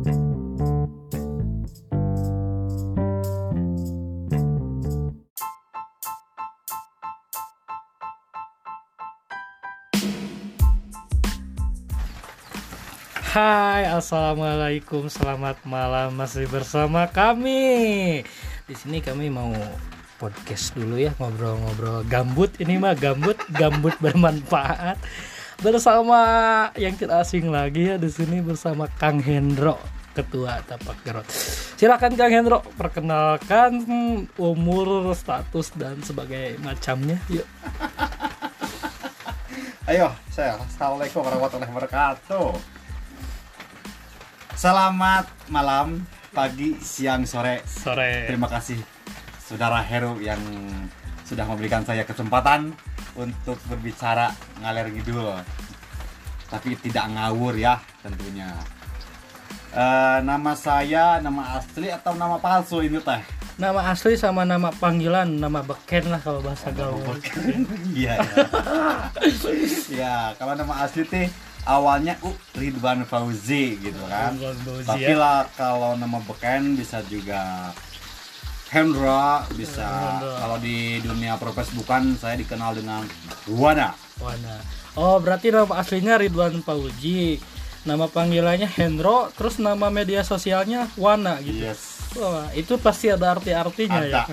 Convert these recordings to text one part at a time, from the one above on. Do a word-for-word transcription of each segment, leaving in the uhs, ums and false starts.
Hai, assalamualaikum, selamat malam, masih bersama kami. Di sini kami mau podcast dulu ya, ngobrol-ngobrol gambut. Ini mah gambut, gambut bermanfaat. Bersama yang tidak asing lagi ya, di sini bersama Kang Hendro, Ketua Tapak Gerot. Silakan Kang Hendro, perkenalkan umur, status dan sebagai macamnya. Yuk. Ayo, saya. Assalamualaikum warahmatullahi wabarakatuh. Selamat malam, pagi, siang, sore. Sore. Terima kasih Saudara Heru yang sudah memberikan saya kesempatan untuk berbicara ngalir ngidul. Tapi tidak ngawur ya tentunya. Uh, nama saya, nama asli atau nama palsu ini teh? Nama asli sama nama panggilan, nama beken lah kalau bahasa gaul. Iya. Ya, kalau nama asli teh awalnya uh, Ridwan Fauzi gitu kan. Fauzi, tapi lah ya, kalau nama beken bisa juga Hendro, bisa Hendro. Kalau di dunia profes bukan, saya dikenal dengan Wana. Wana. Oh, berarti nama aslinya Ridwan Fauzi, nama panggilannya Hendro, terus nama media sosialnya Wana gitu. Yes. Wah, itu pasti ada arti-artinya ada. Ya.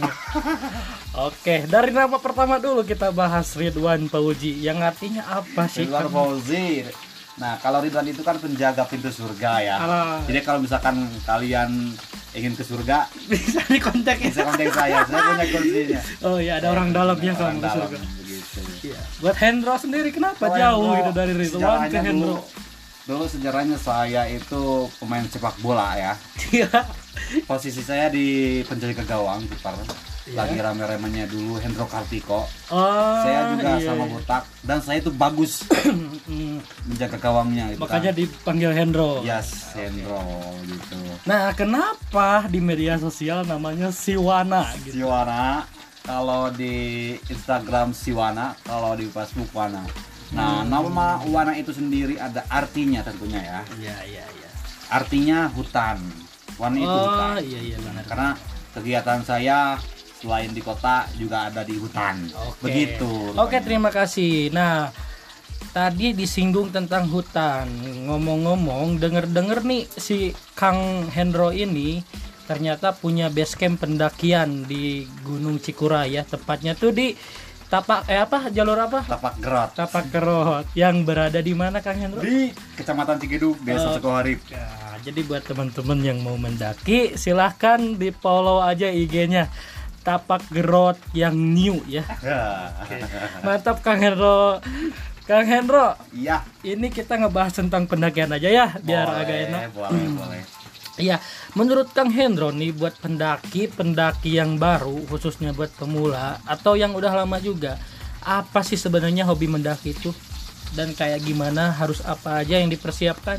Oke, dari nama pertama dulu kita bahas Ridwan Fauzi. Yang artinya apa sih? Ridwan Fauzi. Nah, kalau Ridwan itu kan penjaga pintu surga ya. Alah. Jadi kalau misalkan kalian ingin ke surga, bisa dikontak ya. Bisa kontak saya, saya punya kuncinya. Oh iya, ada orang dalam ya kalau ke surga. Begitu. Iya. Buat Hendro sendiri kenapa oh, jauh Hendro, gitu dari Ridwan ke Hendro? Dulu, dulu sejarahnya saya itu pemain sepak bola ya. Iya. Posisi saya di penjaga gawang, kiper. Yeah. Lagi rame-ramenya dulu Hendro Kartiko. Oh, saya juga iya, sama botak dan saya itu bagus menjaga gawangnya gitu. Makanya kan dipanggil Hendro. Yes, Hendro gitu. Nah, kenapa di media sosial namanya Siwana gitu? Siwana. Kalau di Instagram Siwana, kalau di Facebook Wana. Nah, hmm. nama Wana itu sendiri ada artinya tentunya ya. Iya, iya, iya. Artinya hutan. Wana itu oh, hutan. Iya, iya, benar. Karena kegiatan saya selain di kota juga ada di hutan. Oke. Begitu. Oke, terima kasih. Nah, tadi disinggung tentang hutan. Ngomong-ngomong, denger-denger nih si Kang Hendro ini ternyata punya base camp pendakian di Gunung Cikuray ya. Tepatnya tuh di Tapak eh apa? Jalur apa? Tapak Gerot. Tapak Gerot. Yang berada di mana Kang Hendro? Di Kecamatan Cikidung, Desa uh, Sukoharip. Ya, jadi buat teman-teman yang mau mendaki, silahkan di follow aja I G-nya. Tapak Gerot yang new ya. Okay. Mantap Kang Hendro. Kang Hendro. Iya. Ini kita ngebahas tentang pendakian aja ya, biar boleh, agak enak. Boleh, hmm. boleh. Iya, menurut Kang Hendro nih buat pendaki, pendaki yang baru khususnya buat pemula atau yang udah lama juga, apa sih sebenarnya hobi mendaki itu? Dan kayak gimana, harus apa aja yang dipersiapkan?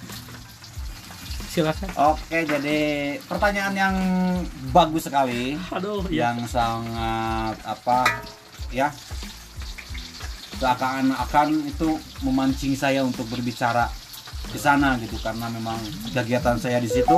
Silakan. Oke, jadi pertanyaan yang bagus sekali. Aduh, yang iya. sangat apa ya? Seakan-akan itu memancing saya untuk berbicara di sana gitu, karena memang kegiatan saya di situ.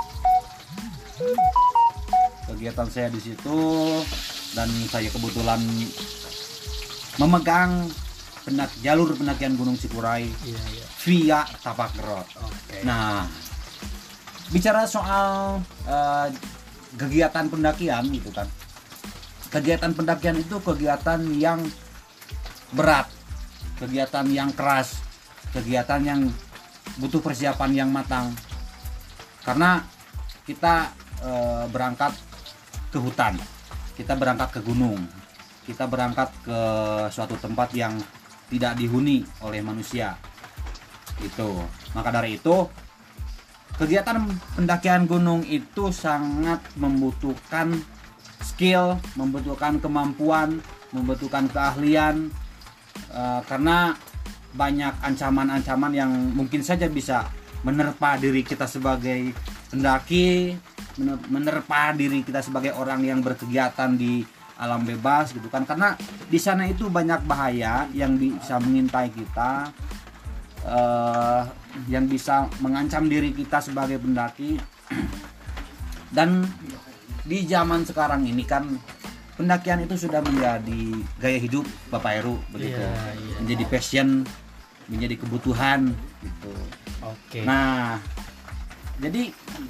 Kegiatan saya di situ dan saya kebetulan memegang pendak jalur pendakian Gunung Cikuray iya, iya. via Tapak Gerot. Okay. Nah, bicara soal uh, kegiatan pendakian gitu kan. Kegiatan pendakian itu kegiatan yang berat, kegiatan yang keras, kegiatan yang butuh persiapan yang matang. Karena kita uh, berangkat ke hutan, kita berangkat ke gunung, kita berangkat ke suatu tempat yang tidak dihuni oleh manusia. Itu. Maka dari itu kegiatan pendakian gunung itu sangat membutuhkan skill, membutuhkan kemampuan, membutuhkan keahlian, uh, karena banyak ancaman-ancaman yang mungkin saja bisa menerpa diri kita sebagai pendaki, menerpa diri kita sebagai orang yang berkegiatan di alam bebas gitu kan. Karena di sana itu banyak bahaya yang bisa mengintai kita. Uh, yang bisa mengancam diri kita sebagai pendaki. Dan di zaman sekarang ini kan pendakian itu sudah menjadi gaya hidup Bapak Heru begitu. Yeah, yeah. Menjadi passion, menjadi kebutuhan gitu. Oke. Okay. Nah, jadi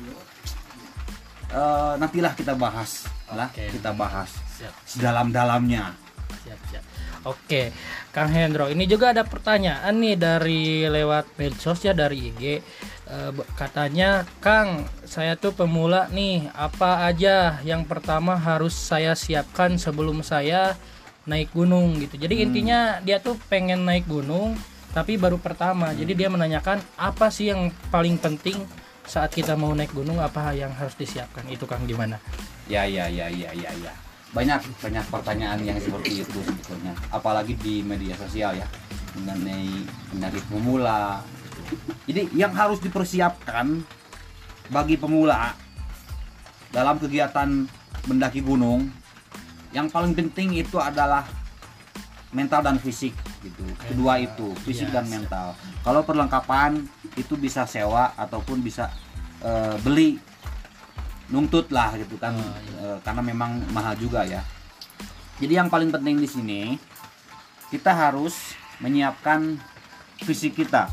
uh, nantilah kita bahas lah, okay. kita bahas siap. Sedalam-dalamnya. Siap, siap. Oke, Kang Hendro, ini juga ada pertanyaan nih dari lewat medsos ya, dari I G. E, katanya, Kang, saya tuh pemula nih, apa aja yang pertama harus saya siapkan sebelum saya naik gunung gitu. Jadi hmm. intinya dia tuh pengen naik gunung, tapi baru pertama. Hmm. Jadi dia menanyakan apa sih yang paling penting saat kita mau naik gunung, apa yang harus disiapkan. Itu Kang gimana? Ya, ya, ya, ya, ya, ya. Banyak banyak pertanyaan yang seperti itu sebetulnya, apalagi di media sosial ya, mengenai pendaki pemula. Jadi yang harus dipersiapkan bagi pemula dalam kegiatan mendaki gunung, yang paling penting itu adalah mental dan fisik gitu. Kedua itu, fisik yes. dan mental. Kalau perlengkapan itu bisa sewa ataupun bisa uh, beli, nuntut lah gitu kan, oh, iya. e, karena memang mahal juga ya. Jadi yang paling penting di sini kita harus menyiapkan fisik kita.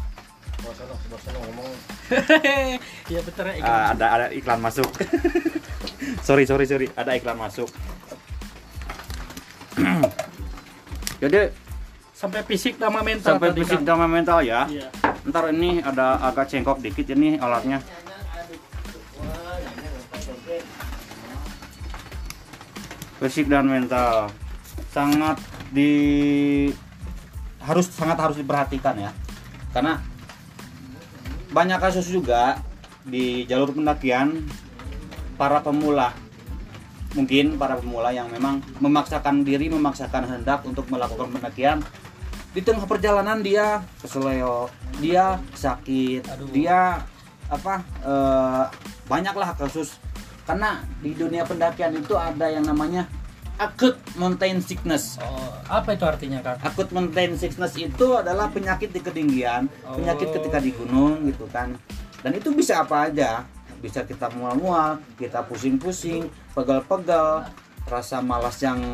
Ya betul ya. Uh, ada ada iklan masuk. sorry sorry sorry, ada iklan masuk. Jadi sampai fisik sama mental. Sampai fisik sama mental ya. Iya. Ntar ini ada agak cengkok dikit ini alatnya. Fisik dan mental sangat di harus sangat harus diperhatikan ya, karena banyak kasus juga di jalur pendakian para pemula, mungkin para pemula yang memang memaksakan diri, memaksakan hendak untuk melakukan pendakian. Di tengah perjalanan dia keseleo, dia sakit, Aduh. dia apa eh, banyaklah kasus. Karena di dunia pendakian itu ada yang namanya acute mountain sickness. Oh, apa itu artinya, Kang? Acute mountain sickness itu adalah penyakit di ketinggian, oh. penyakit ketika di gunung gitu kan. Dan itu bisa apa aja. Bisa kita mual-mual, kita pusing-pusing, pegal-pegal, rasa malas yang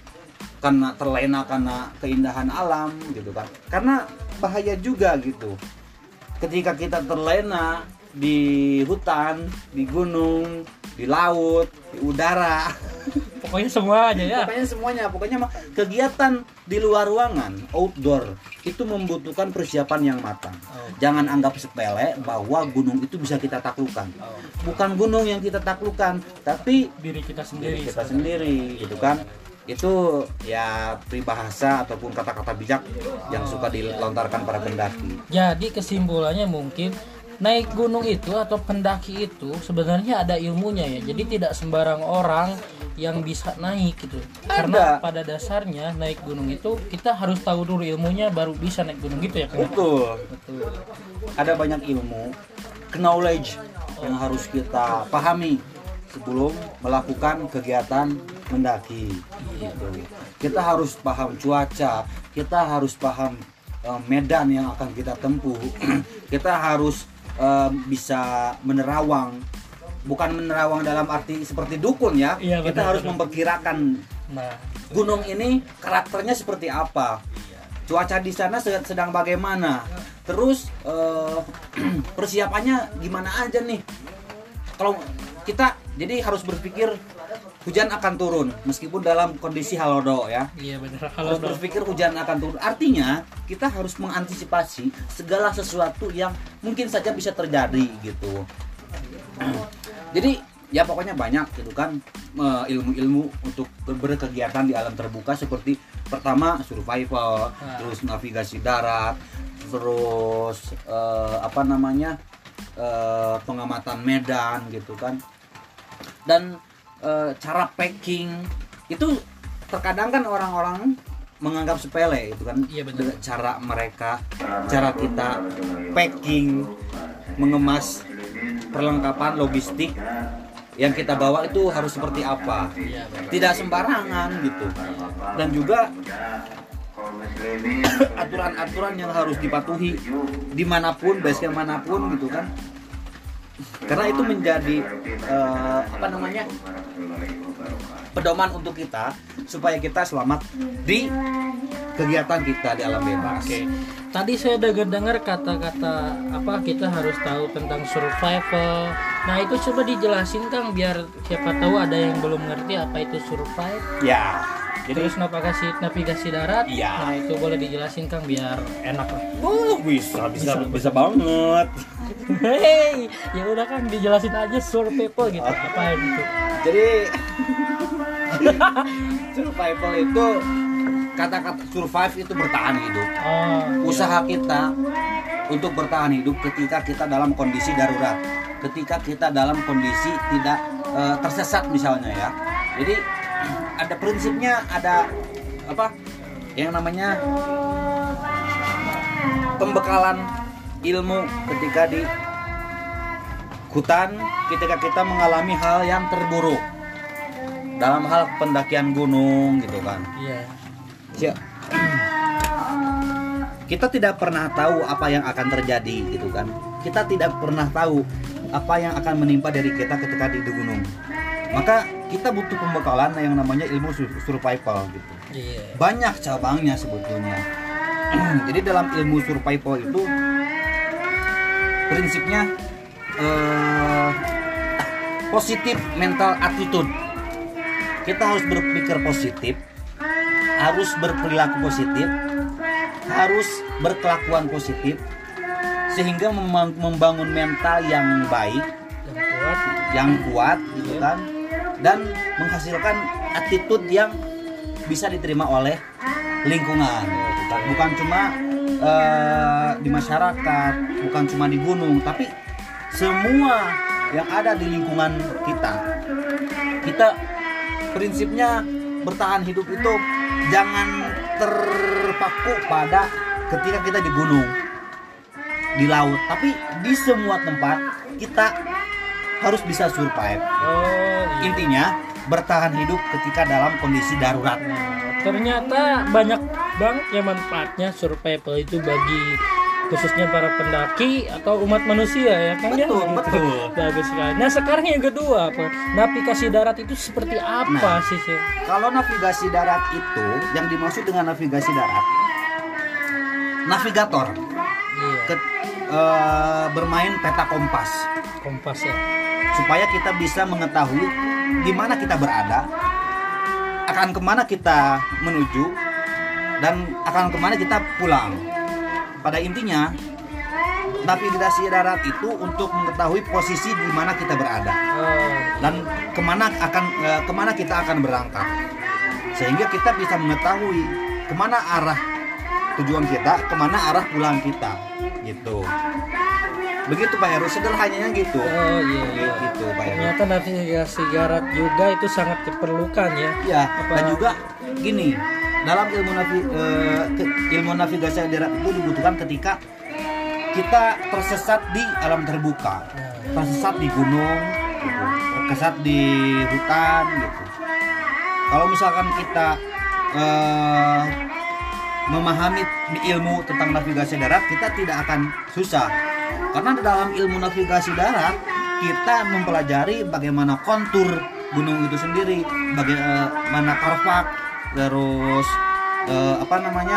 karena terlena karena keindahan alam gitu kan. Karena bahaya juga gitu. Ketika kita terlena di hutan, di gunung, di laut, di udara, pokoknya semua aja ya. Pokoknya semuanya, pokoknya kegiatan di luar ruangan, outdoor, itu membutuhkan persiapan yang matang. Oh. Jangan anggap sepele bahwa gunung itu bisa kita taklukkan. Oh. Bukan gunung yang kita taklukkan, tapi diri kita sendiri. Diri kita sendiri, gitu kan? Itu ya peribahasa ataupun kata-kata bijak yang suka dilontarkan para pendaki. Jadi kesimpulannya mungkin naik gunung itu atau pendaki itu sebenarnya ada ilmunya ya. Jadi tidak sembarang orang yang bisa naik gitu. Ada. Karena pada dasarnya naik gunung itu kita harus tahu dulu ilmunya baru bisa naik gunung gitu ya. Betul. Betul. Ada banyak ilmu, knowledge oh. yang harus kita pahami sebelum melakukan kegiatan mendaki. Gitu. Kita harus paham cuaca, kita harus paham uh, medan yang akan kita tempuh. Kita harus Uh, bisa menerawang, bukan menerawang dalam arti seperti dukun ya, iya, kita benar, harus benar. memperkirakan nah, gunung ini karakternya seperti apa, cuaca di sana sedang bagaimana, terus uh, persiapannya gimana aja nih. Kalau kita jadi harus berpikir hujan akan turun meskipun dalam kondisi halodo ya. Iya benar. Harus berpikir hujan akan turun. Artinya kita harus mengantisipasi segala sesuatu yang mungkin saja bisa terjadi gitu. Jadi ya pokoknya banyak gitu kan ilmu-ilmu untuk berkegiatan di alam terbuka, seperti pertama survival, nah. terus navigasi darat, terus eh, apa namanya eh, pengamatan medan gitu kan. Dan E, cara packing itu terkadang kan orang-orang menganggap sepele itu kan. Iya, betul. Cara mereka, cara kita packing, mengemas perlengkapan logistik yang kita bawa itu harus seperti apa. Iya, tidak sembarangan gitu. Dan juga aturan-aturan yang harus dipatuhi dimanapun, basecamp manapun gitu kan. Karena itu menjadi uh, apa namanya pedoman untuk kita supaya kita selamat di kegiatan kita di alam bebas. Oke. Tadi saya dengar-dengar kata-kata apa kita harus tahu tentang survival. Nah itu coba dijelasin Kang biar siapa tahu ada yang belum ngerti apa itu survive. Ya. Jadi, terus navigasi navigasi darat. Iya. Nah itu boleh dijelasin Kang biar enak lah. Oh bisa bisa bisa, bisa banget. Hei, ya udah Kang dijelasin aja survival gitu. Oh. Apa itu? Jadi survival itu kata-kata survive itu bertahan hidup. Oh, usaha iya. kita untuk bertahan hidup ketika kita dalam kondisi darurat, ketika kita dalam kondisi tidak uh, tersesat misalnya ya. Jadi ada prinsipnya, ada apa yang namanya pembekalan ilmu ketika di hutan, ketika kita mengalami hal yang terburuk dalam hal pendakian gunung gitu kan. Iya. Ya. Kita tidak pernah tahu apa yang akan terjadi gitu kan. Kita tidak pernah tahu apa yang akan menimpa dari kita ketika di gunung. Maka kita butuh pembekalan yang namanya ilmu survival gitu. Yeah. Banyak cabangnya sebetulnya. Jadi dalam ilmu survival itu prinsipnya eh, positif mental attitude. Kita harus berpikir positif, harus berperilaku positif, harus berkelakuan positif, sehingga membangun mental yang baik, yang kuat, yang kuat gitu kan. Dan menghasilkan attitude yang bisa diterima oleh lingkungan, bukan cuma uh, di masyarakat, bukan cuma di gunung, tapi semua yang ada di lingkungan kita. Kita prinsipnya bertahan hidup itu jangan terpaku pada ketika kita di gunung, di laut, tapi di semua tempat kita harus bisa survive. Oh, iya. Intinya bertahan hidup ketika dalam kondisi darurat. Nah, ternyata banyak banget ya manfaatnya survival itu bagi khususnya para pendaki atau umat manusia ya kan. Betul, ya? Betul. Bagus sekali. Nah sekarang yang kedua apa? Navigasi darat itu seperti apa nah, sih sih? Kalau navigasi darat itu yang dimaksud dengan navigasi darat, navigator iya. ke, uh, bermain peta kompas. Kompas ya. Supaya kita bisa mengetahui di mana kita berada, akan kemana kita menuju, dan akan kemana kita pulang. Pada intinya, navigasi darat itu untuk mengetahui posisi di mana kita berada dan kemana akan kemana kita akan berangkat, sehingga kita bisa mengetahui kemana arah tujuan kita, kemana arah pulang kita, gitu. Begitu Pak Heru, sederhananya gitu. Oh iya, iya. Gitu Pak Heru. Ternyata navigasi darat juga itu sangat diperlukan ya. Ya. Apa? Dan juga gini, dalam ilmu navi, eh, ilmu navigasi darat itu dibutuhkan ketika kita tersesat di alam terbuka, tersesat di gunung, gitu, tersesat di hutan, gitu. Kalau misalkan kita eh, memahami ilmu tentang navigasi darat, kita tidak akan susah. Karena dalam ilmu navigasi darat kita mempelajari bagaimana kontur gunung itu sendiri, bagaimana karpak, terus eh, apa namanya,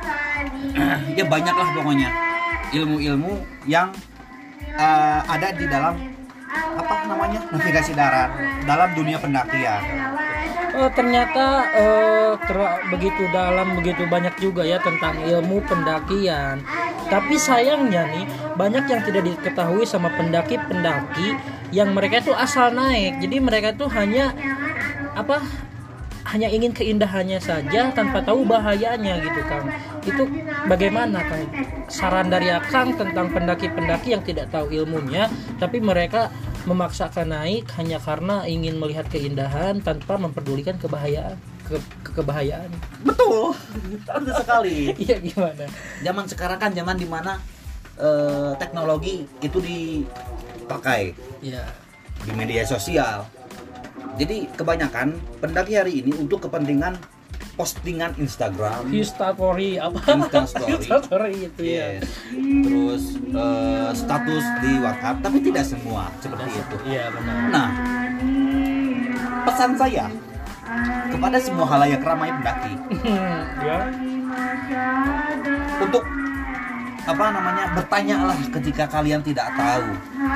ya banyaklah pokoknya ilmu-ilmu yang eh, ada di dalam apa namanya navigasi darat dalam dunia pendakian. Oh, ternyata eh, ter- begitu dalam, begitu banyak juga ya tentang ilmu pendakian. Tapi sayangnya nih banyak yang tidak diketahui sama pendaki-pendaki yang mereka itu asal naik. Jadi mereka tuh hanya apa? Hanya ingin keindahannya saja tanpa tahu bahayanya gitu Kang. Itu bagaimana Kang? Saran dari Akang tentang pendaki-pendaki yang tidak tahu ilmunya tapi mereka memaksakan naik hanya karena ingin melihat keindahan tanpa memperdulikan kebahayaan. Ke, ke kebahayaan. Betul. Betul sekali. Iya gimana? Zaman sekarang kan zaman dimana uh, teknologi itu dipakai. Iya. Di media sosial. Jadi kebanyakan pendaki hari ini untuk kepentingan postingan Instagram, Instastory apa? Instastory, Instastory itu ya. yes. Terus uh, status di WhatsApp, tapi tidak semua seperti itu. Iya benar. Nah, pesan saya kepada semua halayak ramai pendaki, ya. untuk apa namanya bertanyalah ketika kalian tidak tahu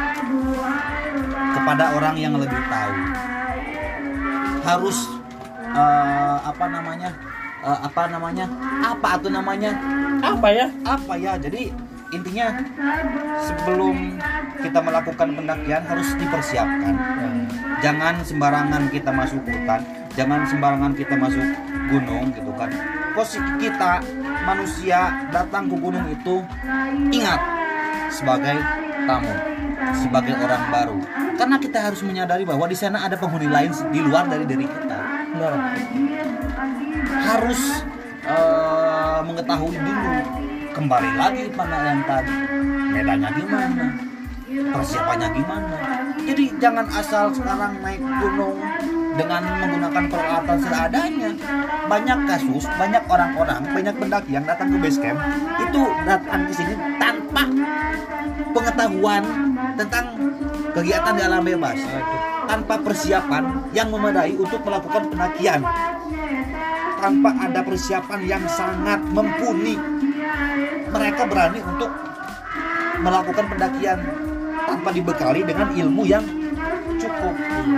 kepada orang yang lebih tahu. Harus uh, apa namanya uh, apa namanya apa atau namanya Apa ya? apa ya jadi intinya sebelum kita melakukan pendakian harus dipersiapkan. Jangan sembarangan kita masuk hutan, jangan sembarangan kita masuk gunung gitu kan. Posisi kita manusia datang ke gunung itu ingat sebagai tamu, sebagai orang baru. Karena kita harus menyadari bahwa di sana ada penghuni lain di luar dari diri kita. Nah. Harus uh, mengetahui dulu kembali lagi pada yang tadi, medannya gimana, persiapannya gimana. Jadi jangan asal sekarang naik gunung dengan menggunakan peralatan seadanya. Banyak kasus, banyak orang-orang, banyak pendaki yang datang ke base camp itu datang ke sini tanpa pengetahuan tentang kegiatan di alam bebas, tanpa persiapan yang memadai untuk melakukan pendakian, tanpa ada persiapan yang sangat mumpuni. Mereka berani untuk melakukan pendakian tanpa dibekali dengan ilmu yang cukup.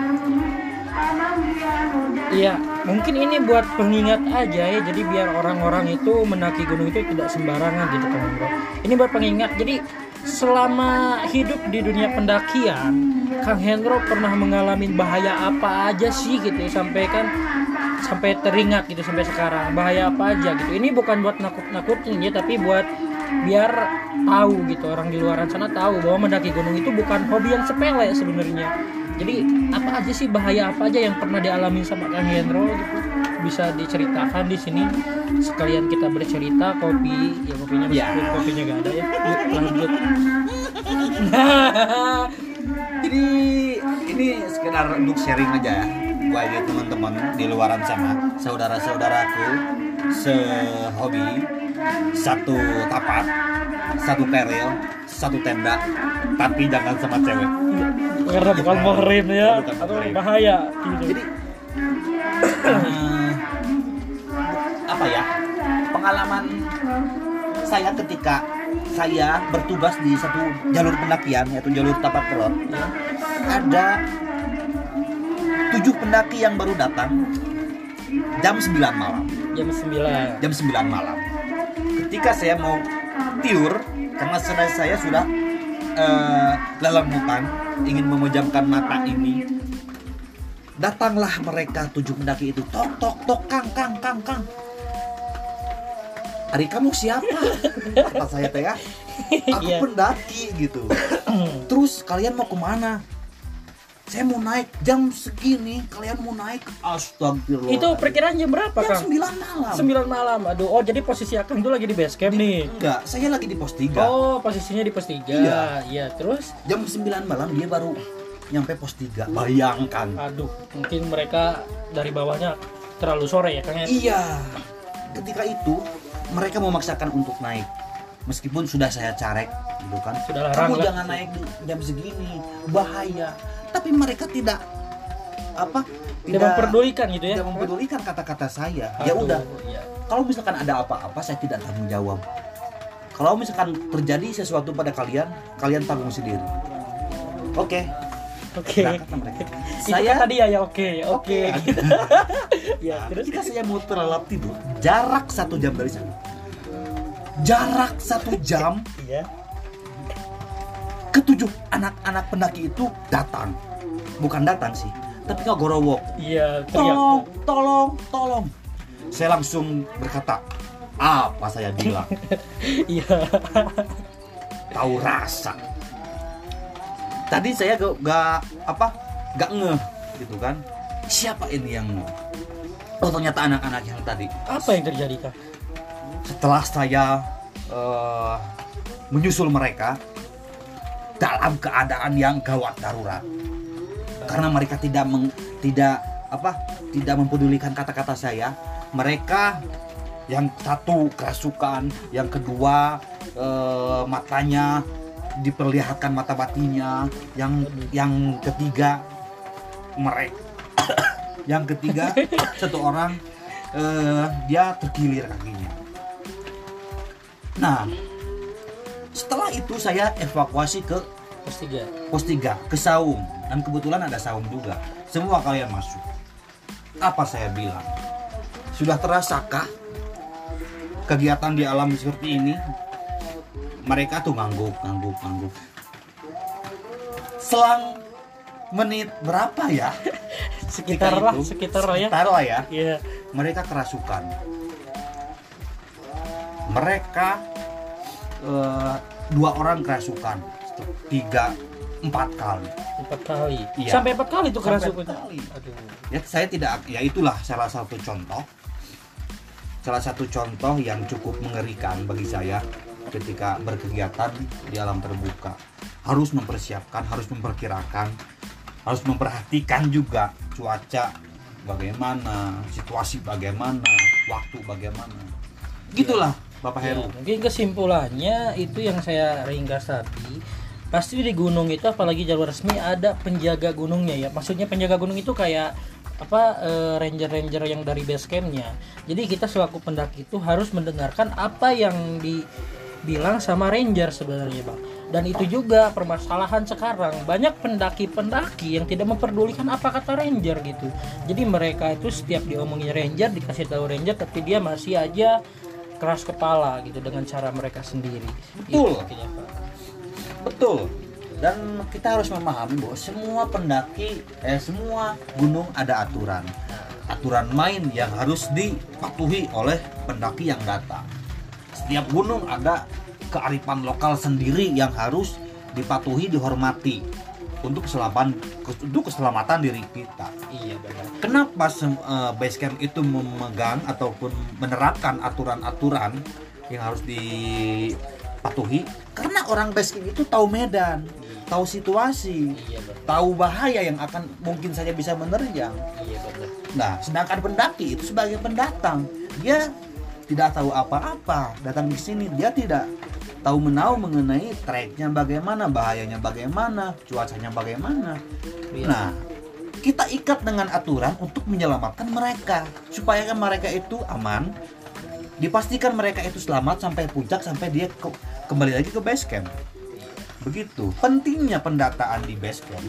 Iya, mungkin ini buat pengingat aja ya. Jadi biar orang-orang itu mendaki gunung itu tidak sembarangan gitu kan, bro. Ini buat pengingat. Jadi selama hidup di dunia pendakian, Kang Hendro pernah mengalami bahaya apa aja sih gitu ya, sampai kan sampai teringat gitu sampai sekarang. Bahaya apa aja gitu. Ini bukan buat nakut-nakutin ya, tapi buat biar tahu gitu, orang di luar sana tahu bahwa mendaki gunung itu bukan hobi yang sepele sebenarnya. Jadi apa aja sih bahaya apa aja yang pernah dialami sama Kang Hendro gitu, bisa diceritakan di sini. Sekalian kita bercerita, kopi ya kopinya ya. Kopinya gak ada ya. Yuk lanjut. Jadi ini sekedar untuk sharing aja ya, buat teman-teman di luaran sana, saudara-saudaraku sehobi, satu tapat, satu keril, satu tenda, tapi jangan sama cewek. Karena bukan muhrim ya, atau bahaya gitu. Jadi uh, apa ya, pengalaman saya ketika saya bertugas di satu jalur pendakian, yaitu jalur Tapak Kerot, ya, ada tujuh pendaki yang baru datang jam sembilan malam. Jam sembilan. Jam sembilan malam. Ketika saya mau tiur, karena sudah saya sudah uh, lelemutan, ingin memejamkan mata ini, datanglah mereka tujuh pendaki itu. Tok tok tok, Kang Kang Kang Kang. Hari kamu siapa? Kata saya teh ya. Aku yeah. pendaki gitu. Terus kalian mau kemana? Saya mau naik jam segini. Kalian mau naik? Astagfirullah. Itu perkiraan jam berapa, Kang? Jam sembilan malam. sembilan malam. Aduh, oh jadi posisi Akang tuh lagi di base camp nih. Enggak, saya lagi di pos tiga. Oh, posisinya di pos tiga. Iya. Iya, terus Jam sembilan malam dia baru nyampe pos tiga. Bayangkan. aduh, mungkin mereka dari bawahnya terlalu sore ya, Kang ya? Iya. Ketika itu mereka memaksakan untuk naik. Meskipun sudah saya carek gitu kan. Sudah larang Kamu lah. jangan naik di jam segini, bahaya. Tapi mereka tidak apa? Tidak memperdulikan gitu ya. Tidak mempedulikan kata-kata saya. Aduh, Ya udah. iya. Kalau misalkan ada apa-apa saya tidak tanggung jawab. Kalau misalkan terjadi sesuatu pada kalian, kalian tanggung sendiri. Oke. Oke. Berangkatlah mereka. Saya tadi ya ya oke, ya oke. Ya, Nah, terus ketika saya mau terlelap tidur, jarak satu jam dari sana. Jarak satu jam, iya. ketujuh anak-anak pendaki itu datang. Bukan datang sih, tapi ngegorowok. Iya, teriak. Tolong, tolong, tolong. Saya langsung berkata, apa saya bilang? Iya. Tahu rasa. Tadi saya gak, gak apa, gak ngeh gitu kan. Siapa ini yang ngeh? Oh ternyata anak-anak yang tadi. Apa yang terjadi, Kak? Setelah saya uh, menyusul mereka dalam keadaan yang gawat darurat, karena mereka tidak meng, tidak apa tidak mempedulikan kata-kata saya, mereka yang satu kerasukan, yang kedua eh, matanya diperlihatkan mata batinnya, yang yang ketiga mereka yang ketiga satu orang eh, dia terkilir kakinya. Nah, setelah itu saya evakuasi ke pos tiga pos tiga ke saung, dan kebetulan ada saung juga. Semua kalian masuk. Apa saya bilang? Sudah terasakah kegiatan di alam seperti ini? Mereka tuh ngangguk, ngangguk, ngangguk. Selang menit berapa ya? Sekitar lah, sekitar lah ya. Sekitar lah ya. Iya. Mereka kerasukan. Mereka uh, dua orang kerasukan, tiga, empat kali. Empat kali. Iya. Sampai empat kali tuh kerasukan. Aduh. Ya saya tidak, ya itulah salah satu contoh. Salah satu contoh yang cukup mengerikan bagi saya ketika berkegiatan di alam terbuka. Harus mempersiapkan, harus memperkirakan, harus memperhatikan juga cuaca bagaimana, situasi bagaimana, waktu bagaimana. Gitulah Bapak Heru. Ya, mungkin kesimpulannya itu yang saya ringkas tadi. Pasti di gunung itu apalagi jalur resmi ada penjaga gunungnya ya. Maksudnya penjaga gunung itu kayak apa eh, ranger-ranger yang dari base campnya. Jadi kita selaku pendaki itu harus mendengarkan apa yang dibilang sama ranger sebenarnya, Bang. Dan itu juga permasalahan sekarang, banyak pendaki-pendaki yang tidak memperdulikan apa kata ranger gitu. Jadi mereka itu setiap diomongin ranger, dikasih tahu ranger, tapi dia masih aja keras kepala gitu dengan cara mereka sendiri. Betul. Gitu, Pak. Betul. Dan kita harus memahami bahwa semua pendaki, eh semua gunung ada aturan. Aturan main yang harus dipatuhi oleh pendaki yang datang. Setiap gunung ada kearifan lokal sendiri yang harus dipatuhi, dihormati untuk keselamatan untuk keselamatan diri kita. Iya benar. Kenapa uh, base camp itu memegang ataupun menerapkan aturan-aturan yang harus dipatuhi? Karena orang base camp itu tahu medan, tahu situasi, iya, tahu bahaya yang akan mungkin saja bisa menerjang. Iya benar. Nah, sedangkan pendaki itu sebagai pendatang, dia tidak tahu apa-apa, datang di sini dia tidak tahu menahu mengenai treknya bagaimana, bahayanya bagaimana, cuacanya bagaimana. Iya. Nah, kita ikat dengan aturan untuk menyelamatkan mereka supaya kan mereka itu aman, dipastikan mereka itu selamat sampai puncak, sampai dia ke- kembali lagi ke base camp. Begitu pentingnya pendataan di base camp.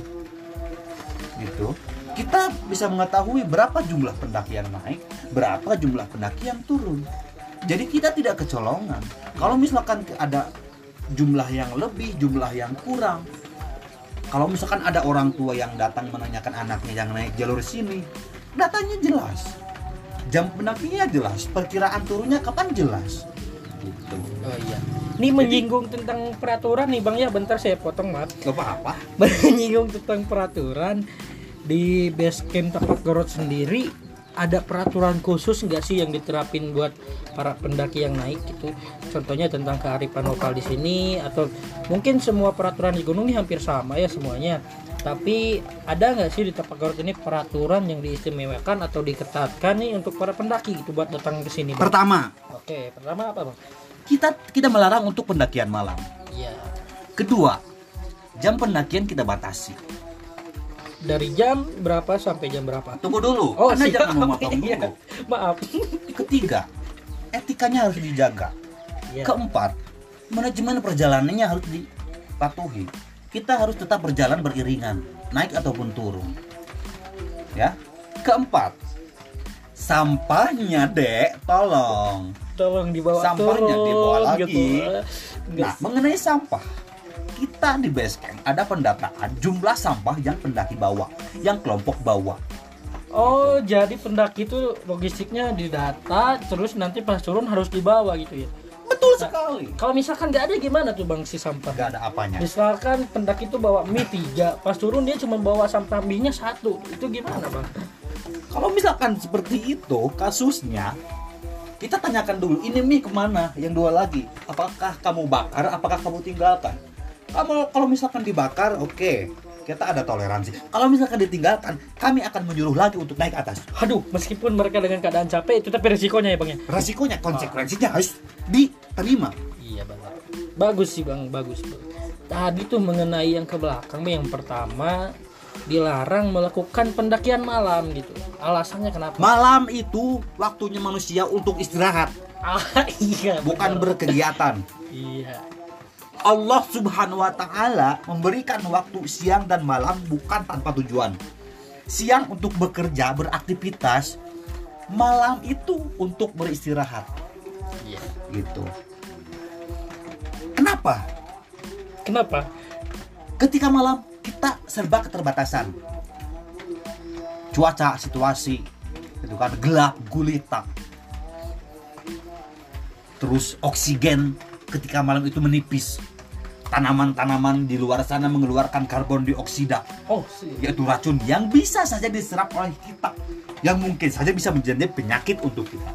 Gitu. Kita bisa mengetahui berapa jumlah pendaki yang naik, berapa jumlah pendaki yang turun. Jadi kita tidak kecolongan. Kalau misalkan ada jumlah yang lebih, jumlah yang kurang, kalau misalkan ada orang tua yang datang menanyakan anaknya yang naik jalur sini, datanya jelas, jam pendakinya jelas, perkiraan turunnya kapan jelas. Gitu. Oh iya. Ini menyinggung Jadi, tentang peraturan nih Bang ya, bentar saya potong maaf. Gak apa-apa. Menyinggung tentang peraturan di base camp Tapak Garot sendiri, ada peraturan khusus nggak sih yang diterapin buat para pendaki yang naik gitu? Contohnya tentang kearifan lokal di sini, atau mungkin semua peraturan di gunung ini hampir sama ya semuanya. Tapi ada nggak sih di Tapak Garot ini peraturan yang diistimewakan atau diketatkan nih untuk para pendaki gitu buat datang ke sini? Bang? Pertama. Oke, pertama apa Bang? Kita kita melarang untuk pendakian malam. Iya. Kedua, jam pendakian kita batasi. Dari jam berapa sampai jam berapa? Tunggu dulu, oh, Anda siap. jangan memotong dulu. Iya. Maaf. Ketiga, etikanya harus dijaga. Iya. Keempat, manajemen perjalanannya harus dipatuhi. Kita harus tetap berjalan beriringan, naik ataupun turun. Ya. Keempat, sampahnya, Dek, tolong. Tolong dibawa Sampahnya turun, dibawa lagi. Gitu. Nah, mengenai sampah, kita di base camp ada pendataan jumlah sampah yang pendaki bawa, yang kelompok bawa. Oh, jadi pendaki itu logistiknya didata, terus nanti pas turun harus dibawa gitu ya? Betul Nah, sekali. kalau misalkan nggak ada gimana tuh Bang si sampah? Gak ada apanya. Misalkan pendaki itu bawa mie tiga, pas turun dia cuma bawa sampah mie-nya satu, itu gimana Bang? Kalau misalkan seperti itu kasusnya, kita tanyakan dulu, ini mie kemana? Yang dua lagi, apakah kamu bakar, apakah kamu tinggalkan? Kamu kalau misalkan dibakar, oke, okay. kita ada toleransi. Kalau misalkan ditinggalkan, kami akan menyuruh lagi untuk naik atas. Aduh, meskipun mereka dengan keadaan capek itu tapi resikonya ya Bang ya. Resikonya, konsekuensinya harus diterima. Iya Bang. Bagus sih Bang, bagus Bang. Tadi tuh mengenai yang ke belakang, yang pertama dilarang melakukan pendakian malam gitu. Alasannya kenapa? Malam itu waktunya manusia untuk istirahat. Ah, iya. Bukan benar. Berkegiatan. Iya. Allah Subhanahu wa taala memberikan waktu siang dan malam bukan tanpa tujuan. Siang untuk bekerja, beraktivitas, malam itu untuk beristirahat. Iya. Gitu. Kenapa? Kenapa? Ketika malam kita serba keterbatasan. Cuaca, situasi, itu kan gelap gulita. Terus oksigen ketika malam itu menipis. Tanaman-tanaman di luar sana mengeluarkan karbon dioksida, oh, sih. yaitu racun yang bisa saja diserap oleh kita, yang mungkin saja bisa menjadi penyakit untuk kita.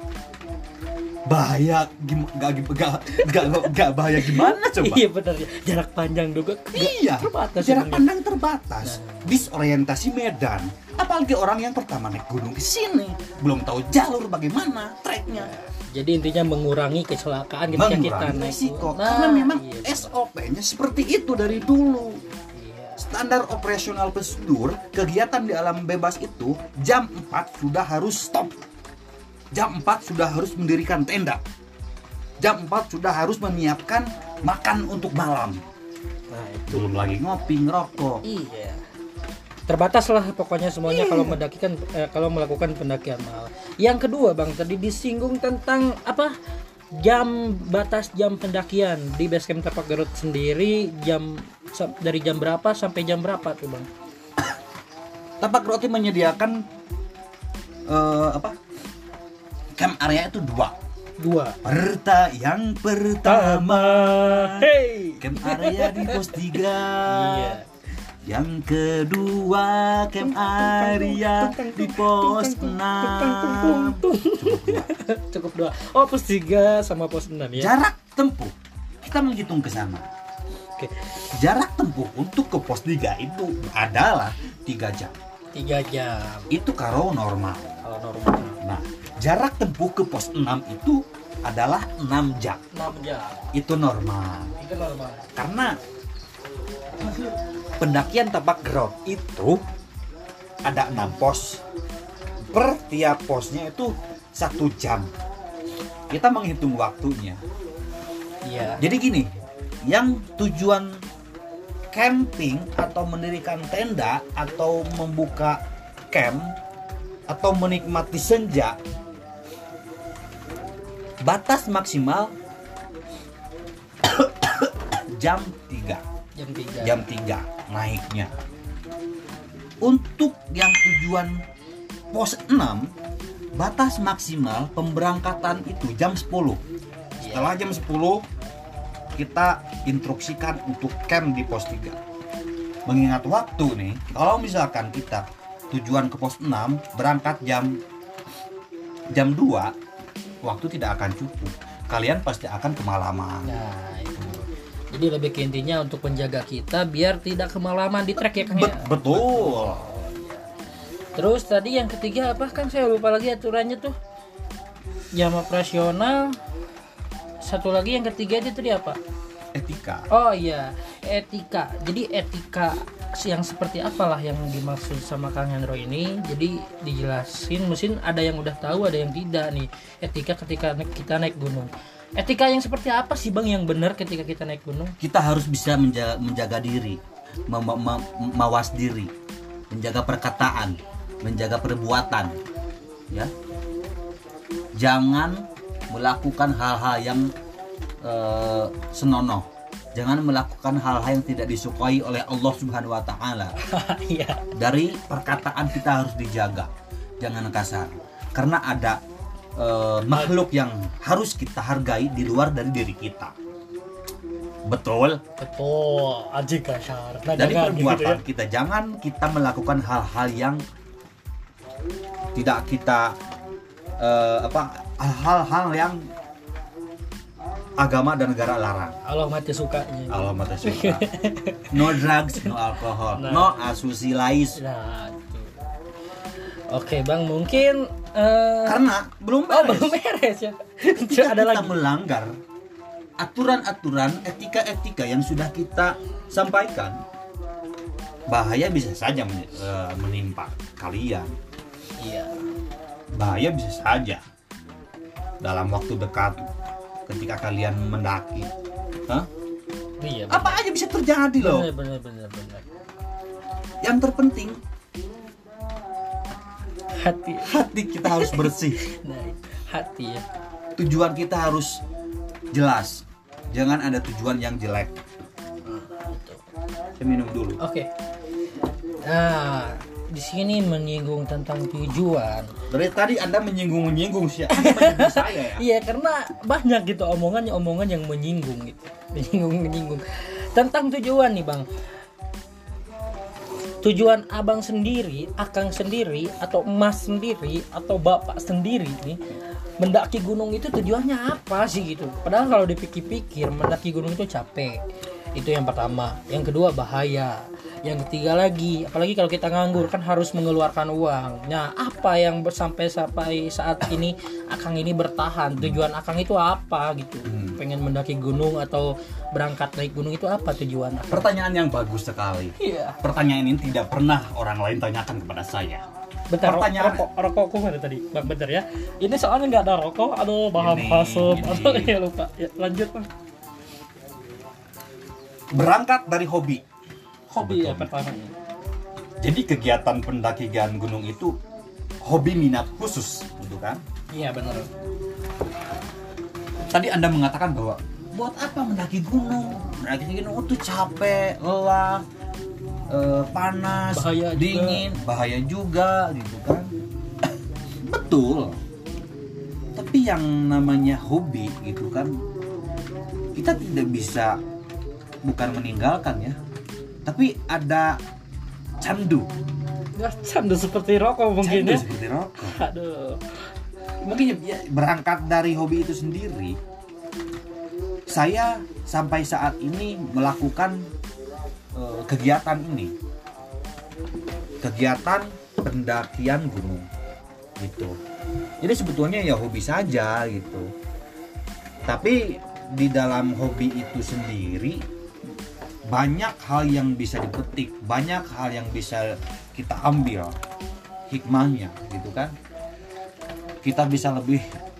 Bahaya gimana? Gak, gak, gak bahaya gimana coba? Iya benar ya. Jarak pandang juga. Iya. Terbatas. Jarak pandang terbatas. Nah. Disorientasi medan. Apalagi orang yang pertama naik gunung ke sini, belum tahu jalur bagaimana, treknya. Jadi intinya mengurangi kecelakaan ketika kita naik risiko. Nah, karena memang iya, S O P-nya seperti itu dari dulu. Iya. Standar operasional prosedur kegiatan di alam bebas itu jam empat sudah harus stop. Jam empat sudah harus mendirikan tenda. Jam empat sudah harus menyiapkan makan untuk malam. Nah, itu belum lagi ngopi, ngerokok. Iya. Terbatas lah pokoknya semuanya iya. kalau mendakikan eh, kalau melakukan pendakian malam. Yang kedua Bang, tadi disinggung tentang apa? Jam batas jam pendakian di Basecamp Tapak Garut sendiri jam dari jam berapa sampai jam berapa tuh Bang? Tapak Garut menyediakan uh, apa? Camp area itu dua. Dua. Perta yang pertama. Hey. Camp area di pos tiga. Iya. Yang kedua camp area di pos enam. Cukup dua. Oh, pos tiga sama pos enam ya. Jarak tempuh kita menghitung ke sana. Oke. Jarak tempuh untuk ke pos tiga itu adalah tiga jam. tiga jam. Itu kalau normal. Kalau normal. Nah, jarak tempuh ke pos enam itu adalah enam jam. enam jam. Itu normal. Itu normal. Karena pendakian Tapak Garut itu ada enam pos. Per tiap posnya itu satu jam. Kita menghitung waktunya. Iya. Jadi gini, yang tujuan camping atau mendirikan tenda atau membuka camp atau menikmati senja, batas maksimal jam tiga. Jam tiga. Jam tiga naiknya. Untuk yang tujuan pos enam, batas maksimal pemberangkatan itu jam sepuluh. Setelah jam sepuluh kita instruksikan untuk camp di pos tiga. Mengingat waktu nih, kalau misalkan kita tujuan ke pos enam berangkat jam jam dua, waktu tidak akan cukup. Kalian pasti akan kemalaman. Nah, itu. Jadi lebih ke intinya untuk menjaga kita biar tidak kemalaman di trek ya Kang ya. Betul. Terus tadi yang ketiga apa Kang? Saya lupa lagi aturannya tuh. Jam operasional. Satu lagi yang ketiga itu tadi apa? Etika. Oh iya, etika. Jadi etika yang seperti apalah yang dimaksud sama Kang Hendro ini. Jadi dijelasin, mungkin ada yang udah tahu, ada yang tidak nih. Etika ketika kita naik gunung. Etika yang seperti apa sih Bang yang benar ketika kita naik gunung? Kita harus bisa menjaga, menjaga diri, mem- mem- mawas diri, menjaga perkataan, menjaga perbuatan, ya. Jangan melakukan hal-hal yang uh, senonoh. Jangan melakukan hal-hal yang tidak disukai oleh Allah Subhanahu wa taala. Dari perkataan kita harus dijaga. Jangan kasar. Karena ada uh, makhluk yang harus kita hargai di luar dari diri kita. Betul? Betul. Aji kasar. Nah, dari jangan, perbuatan gitu ya. kita, jangan kita melakukan hal-hal yang tidak kita uh, apa hal-hal yang agama dan negara larang. Allah mati sukanya. Allah mati suka. No drugs, no alcohol, nah. No asusilize. Nah, itu. Oke bang, mungkin uh... karena belum beres. Oh, belum beres ya. Jika ada kita lagi melanggar aturan-aturan, etika-etika yang sudah kita sampaikan, bahaya bisa saja menimpa kalian. Iya. Bahaya bisa saja dalam waktu dekat ketika kalian mendaki. Hah? Iya, apa aja bisa terjadi loh. Benar, benar, benar. Yang terpenting hati. Hati kita harus bersih. Nah, hati ya. Tujuan kita harus jelas. Jangan ada tujuan yang jelek. Saya minum dulu. Oke. Okay. Nah, di sini menyinggung tentang tujuan. Dari tadi Anda menyinggung-menyinggung sih. Menyinggung saya ya. Iya, karena banyak gitu omongan-omongan yang menyinggung gitu. Menyinggung-menyinggung. Tentang tujuan nih, Bang. Tujuan Abang sendiri, Akang sendiri, atau Mas sendiri, atau Bapak sendiri nih, mendaki gunung itu tujuannya apa sih gitu? Padahal kalau dipikir-pikir, mendaki gunung itu capek. Itu yang pertama. Yang kedua bahaya. Yang ketiga lagi, apalagi kalau kita nganggur kan harus mengeluarkan uang. Nah, apa yang sampai sampai saat ini Akang ini bertahan? Tujuan Akang itu apa gitu? Hmm. Pengen mendaki gunung atau berangkat naik gunung itu apa tujuan Akang? Pertanyaan yang bagus sekali. Iya. Pertanyaan ini tidak pernah orang lain tanyakan kepada saya. Bentar, pertanyaan rokok, rokokku mana tadi? Bang, bentar ya. Ini soalnya nggak ada rokok, aduh bahan fasum, aduh ya lupa. Ya, lanjut Bang. Berangkat dari hobi. Hobi ya pertamanya. Jadi kegiatan pendakian gunung itu hobi minat khusus, gitu kan? Iya benar. Tadi Anda mengatakan bahwa buat apa mendaki gunung? Mendaki gunung itu capek, lelah, eh, panas, bahaya dingin, juga. bahaya juga, gitu kan? Betul. Tapi yang namanya hobi, gitu kan? Kita tidak bisa bukan meninggalkan ya. Tapi ada candu. Ya, candu seperti rokok mungkin candu ya. seperti rokok. Aduh. Mungkin ya, berangkat dari hobi itu sendiri. Saya sampai saat ini melakukan uh, kegiatan ini. Kegiatan pendakian gunung. Gitu. Jadi sebetulnya ya hobi saja gitu. Tapi di dalam hobi itu sendiri banyak hal yang bisa dipetik, banyak hal yang bisa kita ambil hikmahnya, gitu kan? Kita bisa lebih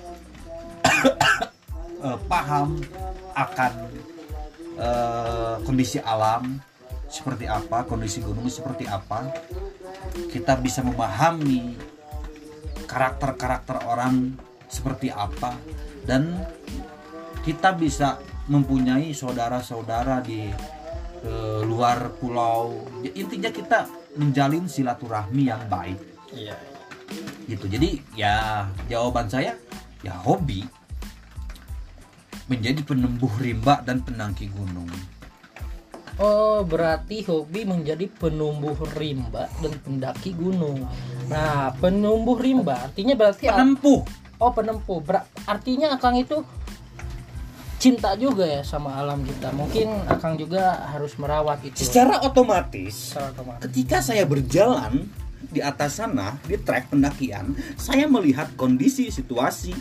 uh, paham akan uh, kondisi alam seperti apa, kondisi gunung seperti apa. Kita bisa memahami karakter-karakter orang seperti apa, dan kita bisa mempunyai saudara-saudara di ke luar pulau. Intinya kita menjalin silaturahmi yang baik. Iya. Gitu. Jadi ya jawaban saya ya hobi menjadi penembuh rimba dan pendaki gunung. Oh, berarti hobi menjadi penumbuh rimba dan pendaki gunung. Nah, penumbuh rimba artinya berarti penempuh. Oh, penempuh. Ber- artinya Akang itu cinta juga ya sama alam kita. Mungkin Akang juga harus merawat itu. Secara otomatis, Secara otomatis. ketika saya berjalan di atas sana, di trek pendakian, saya melihat kondisi situasi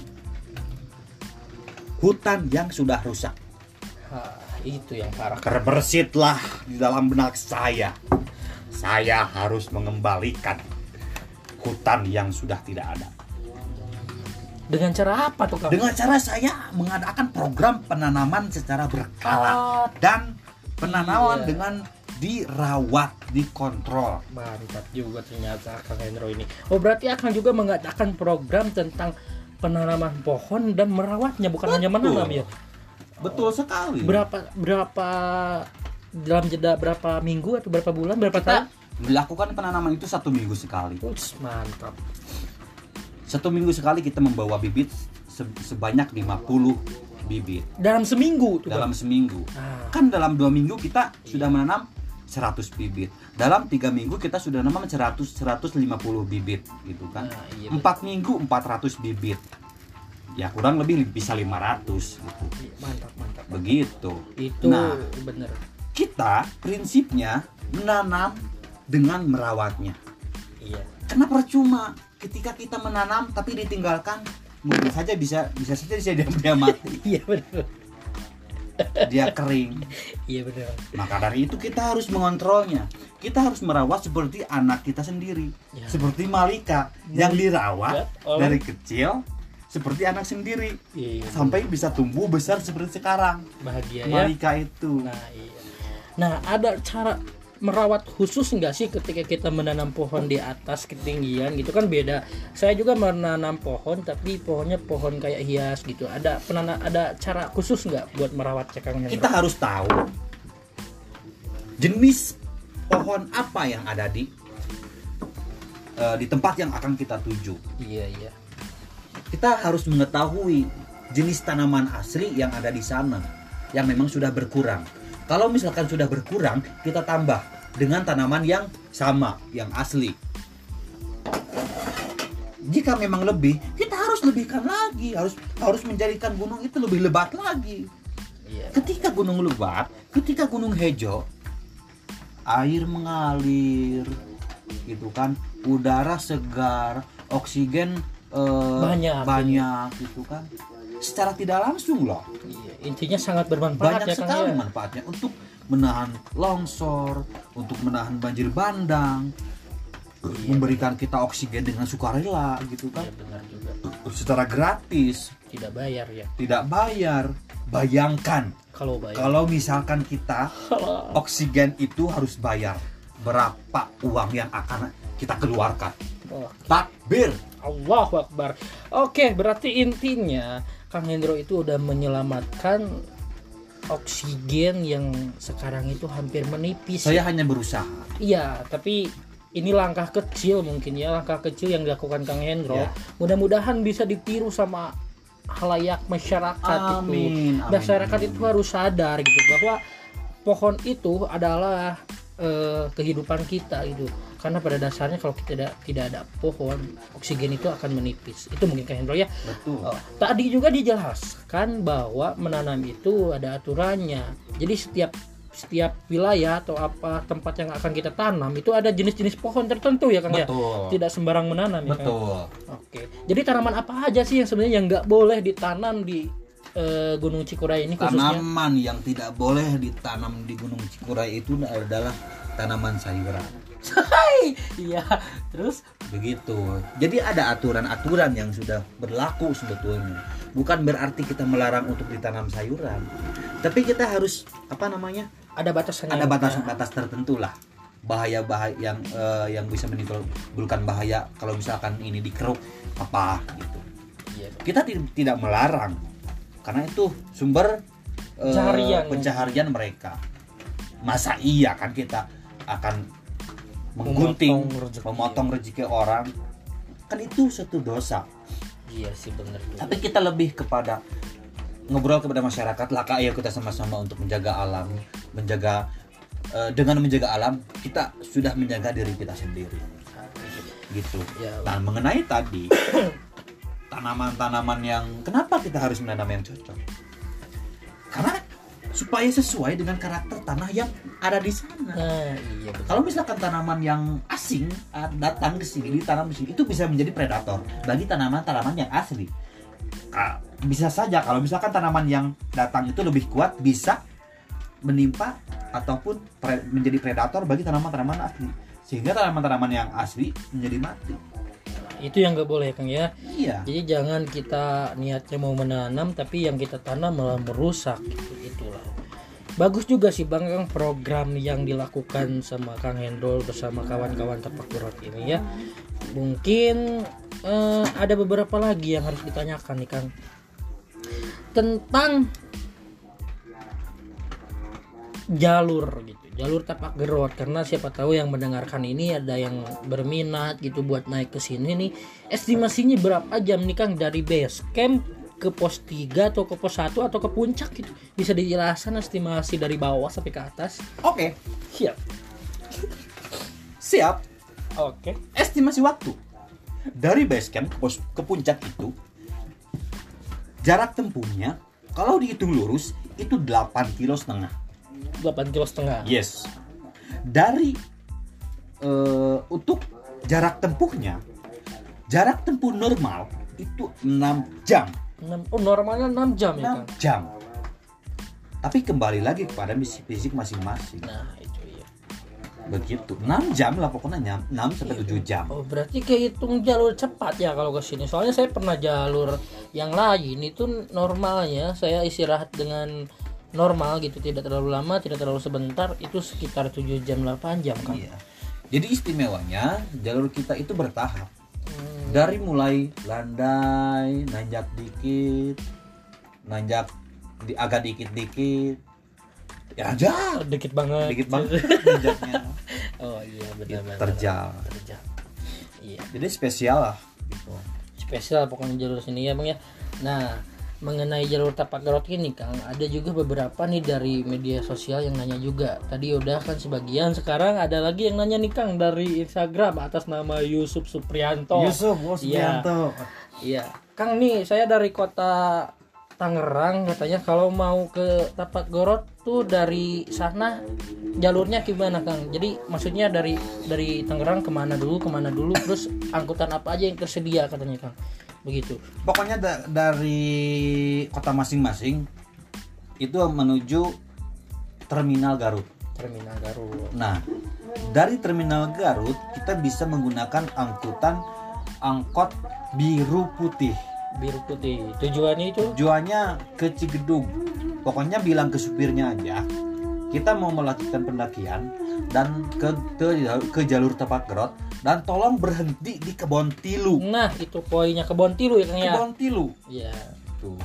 hutan yang sudah rusak. Ha, itu yang parah. Terbersitlah di dalam benak saya. Saya harus mengembalikan hutan yang sudah tidak ada. Dengan cara apa tuh Kang? Dengan cara saya mengadakan program penanaman secara berkala oh, dan penanaman iya. dengan dirawat, dikontrol. Mantap juga ternyata Kang Hendro ini. Oh, berarti Akang juga mengadakan program tentang penanaman pohon dan merawatnya, bukan Betul. hanya menanam ya. Betul sekali. Berapa berapa dalam jeda berapa minggu atau berapa bulan, berapa Kita tahun? Melakukan penanaman itu satu minggu sekali. Uts, mantap. Satu minggu sekali kita membawa bibit sebanyak lima puluh bibit. Dalam seminggu tuh, Dalam Bang? seminggu. Ah. Kan dalam dua minggu kita iya. sudah menanam seratus bibit. Dalam tiga minggu kita sudah menanam seratus sampai seratus lima puluh bibit gitu kan. Ah, iya, empat minggu empat ratus bibit. ya kurang lebih bisa lima ratus gitu. Mantap, mantap. Begitu. Itu nah, bener. Kita prinsipnya menanam dengan merawatnya. Iya. Karena percuma ketika kita menanam tapi ditinggalkan, mungkin saja bisa bisa saja dia, dia mati. Iya benar. Dia kering. Iya benar. Maka dari itu kita harus mengontrolnya. Kita harus merawat seperti anak kita sendiri. Ya. Seperti Malika yang dirawat ya. Oh. Dari kecil seperti anak sendiri. Iya, iya, sampai benar. Bisa tumbuh besar seperti sekarang. Bahagia Malika ya. itu. Nah, iya. Nah, ada cara merawat khusus nggak sih ketika kita menanam pohon di atas ketinggian gitu kan beda. Saya juga menanam pohon tapi pohonnya pohon kayak hias gitu. Ada penana ada cara khusus nggak buat merawat Kang Hendro? Kita harus tahu jenis pohon apa yang ada di uh, di tempat yang akan kita tuju. Iya iya. Kita harus mengetahui jenis tanaman asli yang ada di sana yang memang sudah berkurang. Kalau misalkan sudah berkurang, kita tambah dengan tanaman yang sama, yang asli. Jika memang lebih, kita harus lebihkan lagi, harus harus menjadikan gunung itu lebih lebat lagi. Yeah. Ketika gunung lebat, ketika gunung hijau, air mengalir, gitu kan, udara segar, oksigen eh, banyak, banyak, gitu kan. Secara tidak langsung loh. Iya, intinya sangat bermanfaat. Banyak ya, sekali ya. manfaatnya untuk menahan longsor, untuk menahan banjir bandang, iya, memberikan benar. Kita oksigen dengan sukarela gitu kan. Iya, benar juga. Secara gratis. Tidak bayar ya. Tidak bayar. Bayangkan kalau bayar. Kalau misalkan kita oksigen itu harus bayar, berapa uang yang akan kita keluarkan? Oh. Takbir. Allahu Akbar. Oke, berarti intinya Kang Hendro itu udah menyelamatkan oksigen yang sekarang itu hampir menipis. Saya hanya berusaha. Iya, tapi ini langkah kecil mungkin ya, langkah kecil yang dilakukan Kang Hendro. Ya. Mudah-mudahan bisa ditiru sama halayak masyarakat. Amin, itu. Masyarakat amin. Itu harus sadar gitu bahwa pohon itu adalah eh, kehidupan kita gitu. Karena pada dasarnya kalau kita tidak tidak ada pohon, oksigen itu akan menipis. Itu mungkin Kang Hendro ya. Betul. Oh, tadi juga dijelaskan bahwa menanam itu ada aturannya. Jadi setiap setiap wilayah atau apa tempat yang akan kita tanam itu ada jenis-jenis pohon tertentu ya Kang. Betul. Ya. Tidak sembarang menanam. Betul. Ya, Kang? Oke. Jadi tanaman apa aja sih yang sebenarnya yang nggak boleh ditanam di uh, Gunung Cikuray ini khususnya? Tanaman yang tidak boleh ditanam di Gunung Cikuray itu adalah tanaman sayuran. Iya, terus begitu. Jadi ada aturan-aturan yang sudah berlaku sebetulnya. Bukan berarti kita melarang untuk ditanam sayuran, tapi kita harus apa namanya? Ada batasannya. Ada batas-batas tertentu lah. Bahaya-bahaya yang uh, yang bisa menimbulkan bahaya kalau misalkan ini dikeruk apa gitu. Iya, kita t- tidak melarang karena itu sumber uh, pencaharian, pencaharian mereka. Masa iya kan kita akan menggunting, memotong rezeki, memotong rezeki orang, kan itu satu dosa. Iya sih benar. Tapi kita lebih kepada ngobrol kepada masyarakat lah, ayo kita sama-sama untuk menjaga alam, menjaga uh, dengan menjaga alam kita sudah menjaga diri kita sendiri. Gitu. Ya, nah mengenai tadi tanaman-tanaman yang kenapa kita harus menanam yang cocok? Karena supaya sesuai dengan karakter tanah yang ada di sana. Nah, iya, kalau misalkan tanaman yang asing datang ke sini, ditanam di sini, itu bisa menjadi predator bagi tanaman-tanaman yang asli. Bisa saja kalau misalkan tanaman yang datang itu lebih kuat, bisa menimpa ataupun pre- menjadi predator bagi tanaman-tanaman asli, sehingga tanaman-tanaman yang asli menjadi mati. Itu yang nggak boleh Kang ya. Iya. Jadi jangan kita niatnya mau menanam tapi yang kita tanam malah merusak gitu. Itulah. Bagus juga sih Bang Kang program yang dilakukan sama Kang Hendro bersama kawan-kawan Tapak Gerot ini ya. Mungkin eh, ada beberapa lagi yang harus ditanyakan nih Kang. Tentang jalur gitu. Jalur Tapak Gerot, karena siapa tahu yang mendengarkan ini ada yang berminat gitu buat naik ke sini nih. Estimasinya berapa jam nih Kang dari base camp ke pos tiga atau ke pos satu atau ke puncak gitu? Bisa dijelaskan estimasi dari bawah sampai ke atas? Oke. Siap. Siap. Oke. Estimasi waktu dari base camp ke pos ke puncak itu jarak tempuhnya kalau dihitung lurus itu delapan kilo setengah. delapan kilo setengah. Yes. Dari uh, untuk jarak tempuhnya, jarak tempuh normal itu enam jam. enam, oh normalnya enam jam ya enam Kang? jam. Tapi kembali lagi kepada misi fisik masing-masing. Nah itu ya. Begitu. enam jam lah pokoknya, enam sampai tujuh jam. Oh berarti kehitung jalur cepat ya kalau ke sini. Soalnya saya pernah jalur yang lain itu normalnya saya istirahat dengan normal gitu, tidak terlalu lama, tidak terlalu sebentar, itu sekitar tujuh jam delapan jam kan. Iya. Jadi istimewanya jalur kita itu bertahap. Hmm. Dari mulai landai, nanjak dikit, nanjak di, agak dikit-dikit. Ya aja, Oh, dikit banget. dikit banget nanjaknya. Oh iya benar-benar. Terjal. Terjal. Iya. Jadi spesial lah gitu. Spesial pokoknya jalur sini ya Bang ya. Nah, mengenai jalur tapak garot ini Kang, ada juga beberapa nih dari media sosial yang nanya juga. Tadi udah kan sebagian, sekarang ada lagi yang nanya nih Kang dari Instagram atas nama Yusuf Suprianto. Yusuf, Bos Suprianto. Iya. Kang nih, saya dari kota Tangerang, katanya kalau mau ke Tapak Garot tuh dari sana jalurnya gimana Kang? Jadi maksudnya dari dari Tangerang kemana dulu, kemana dulu, terus angkutan apa aja yang tersedia katanya Kang? Begitu. Pokoknya da- dari kota masing-masing itu menuju Terminal Garut. Terminal Garut. Nah, dari Terminal Garut kita bisa menggunakan angkutan angkot biru putih. Biru putih. Tujuannya itu? Tujuannya ke Cigedung. Pokoknya bilang ke supirnya aja, kita mau melakukan pendakian dan ke ke, ke jalur Tapak Garot dan tolong berhenti di Kebon Tilu. Nah, itu poinnya Kebon Tilu ya Kang ya. Kebon Tilu. Iya. Tuh.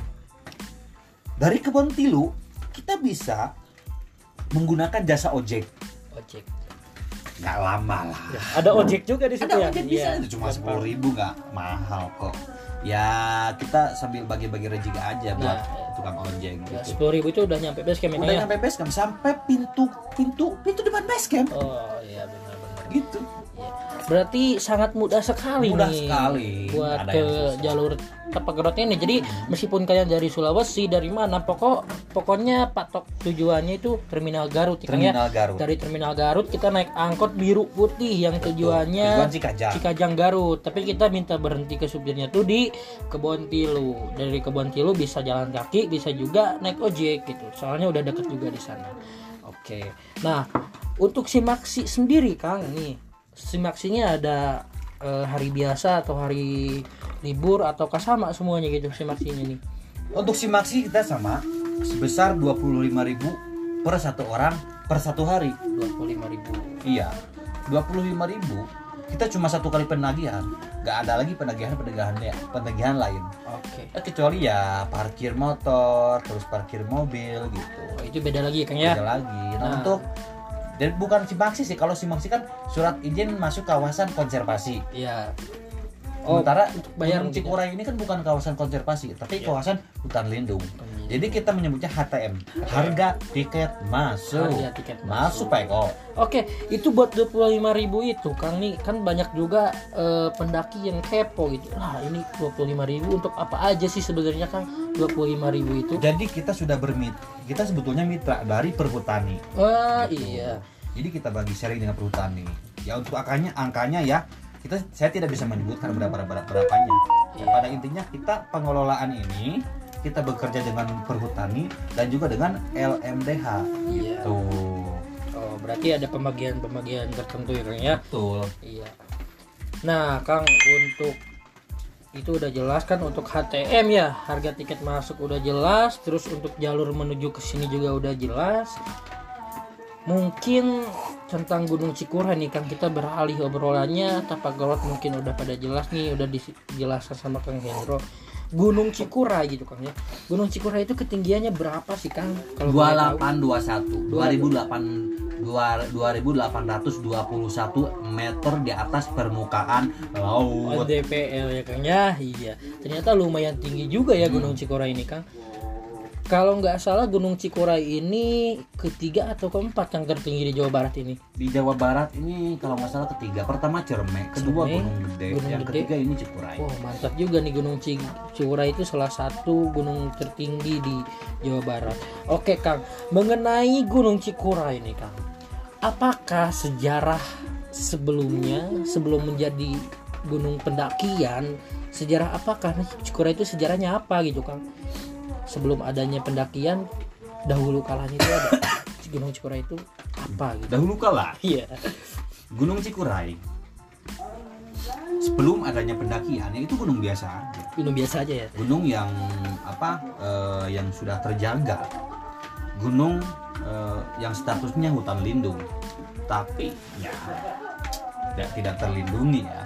Dari Kebon Tilu kita bisa menggunakan jasa ojek. Ojek. Nggak lama lah. Ya, ada ojek juga di situ Ada ya. ojek bisa, Iya. itu cuma sepuluh ribu nggak mahal kok. Ya kita sambil bagi-bagi rezeki aja buat Nah, tukang ojek Ya, gitu. sepuluh ribu itu udah nyampe base camp ya, Udah Kang ya? nyampe base camp sampai pintu pintu pintu depan base camp Oh iya benar-benar. gitu. Iya. Berarti sangat mudah sekali Mudah nih sekali. buat Ada ke yang susah. jalur Tapak Garot ini. Jadi meskipun kalian dari Sulawesi, dari mana, pokok pokoknya patok tujuannya itu Terminal Garut ya, Kang ya. Terminal Garut. Dari Terminal Garut kita naik angkot biru putih yang tujuannya Tujuan Cikajang. Cikajang Garut. Tapi kita minta berhenti ke supirnya tuh di Kebon Tilu. Dari Kebon Tilu bisa jalan kaki, bisa juga naik ojek gitu. Soalnya udah deket juga di sana. Oke. Nah, untuk Simaksi sendiri Kang nih. Simaksinya ada eh, hari biasa atau hari libur ataukah sama semuanya gitu Simaksinya nih? Untuk Simaksi kita sama sebesar dua puluh lima ribu per satu orang per satu hari. dua puluh lima ribu. Iya. dua puluh lima ribu kita cuma satu kali penagihan. Nggak ada lagi penagihan-penagihan ya, penagihan lain. Oke. Ya, kecuali ya parkir motor, terus parkir mobil gitu. Oh, itu beda lagi ya Kang ya? Beda lagi. Nah, Nah. untuk dan bukan Simaksi sih. Kalau Simaksi kan surat izin masuk kawasan konservasi. Iya. Oh, Sementara untuk bayar Gunung mungkin ya? Cikuray ini kan bukan kawasan konservasi, tapi Iya. kawasan hutan lindung. lindung. Jadi kita menyebutnya H T M, harga tiket masuk. Harga tiket masuk, masuk. Pak Eko. Oke, itu buat dua puluh lima ribu itu Kang nih kan banyak juga eh, pendaki yang kepo gitu. Nah, ini dua puluh lima ribu untuk apa aja sih sebenarnya Kang? dua puluh lima ribu itu. Jadi kita sudah bermit, kita sebetulnya mitra dari Perhutani. Wah, Gitu. iya. Jadi kita bagi sharing dengan Perhutani. Ya untuk angkanya, angkanya ya kita saya tidak bisa menyebutkan berapa berapa berapanya. Iya. Pada intinya kita pengelolaan ini kita bekerja dengan Perhutani dan juga dengan L M D H. Iya. Tuh. Oh, berarti ada pembagian-pembagian tertentu ya Kang ya? Betul. Iya. Nah, Kang untuk itu udah jelas kan untuk H T M ya, harga tiket masuk udah jelas, terus untuk jalur menuju ke sini juga udah jelas. Mungkin tentang Gunung Cikuray nih Kang, kita beralih obrolannya. Tapak Garot mungkin udah pada jelas nih, udah dijelaskan sama Kang Hendro. Gunung Cikuray gitu Kang ya. Gunung Cikuray itu ketinggiannya berapa sih Kang? Kalau dua boleh tahu? delapan dua satu dua ribu delapan dua ribu delapan ratus dua puluh satu meter di atas permukaan Oh, laut. D P L ya Kang ya. Iya. Ternyata lumayan tinggi juga ya Gunung Cikuray ini Kang. Kalau nggak salah Gunung Cikuray ini ketiga atau keempat yang tertinggi di Jawa Barat ini? Di Jawa Barat ini kalau nggak salah ketiga. Pertama Cermek, kedua Cermek, Gunung Gede, Gunung yang Gede. ketiga ini Cikuray. Wah, mantap juga nih Gunung Cikuray itu salah satu gunung tertinggi di Jawa Barat. Oke Kang, mengenai Gunung Cikuray ini Kang, apakah sejarah sebelumnya sebelum menjadi gunung pendakian, sejarah apakah Cikuray itu sejarahnya apa gitu Kang? Sebelum adanya pendakian, dahulu kalanya itu ada Gunung Cikuray itu apa gitu? Dahulu kala, Iya. Gunung Cikuray sebelum adanya pendakian itu gunung biasa aja. Gunung biasa aja ya. Gunung yang apa? eh, yang sudah terjaga. Gunung eh, yang statusnya hutan lindung. Tapi ya tidak tidak terlindungi ya.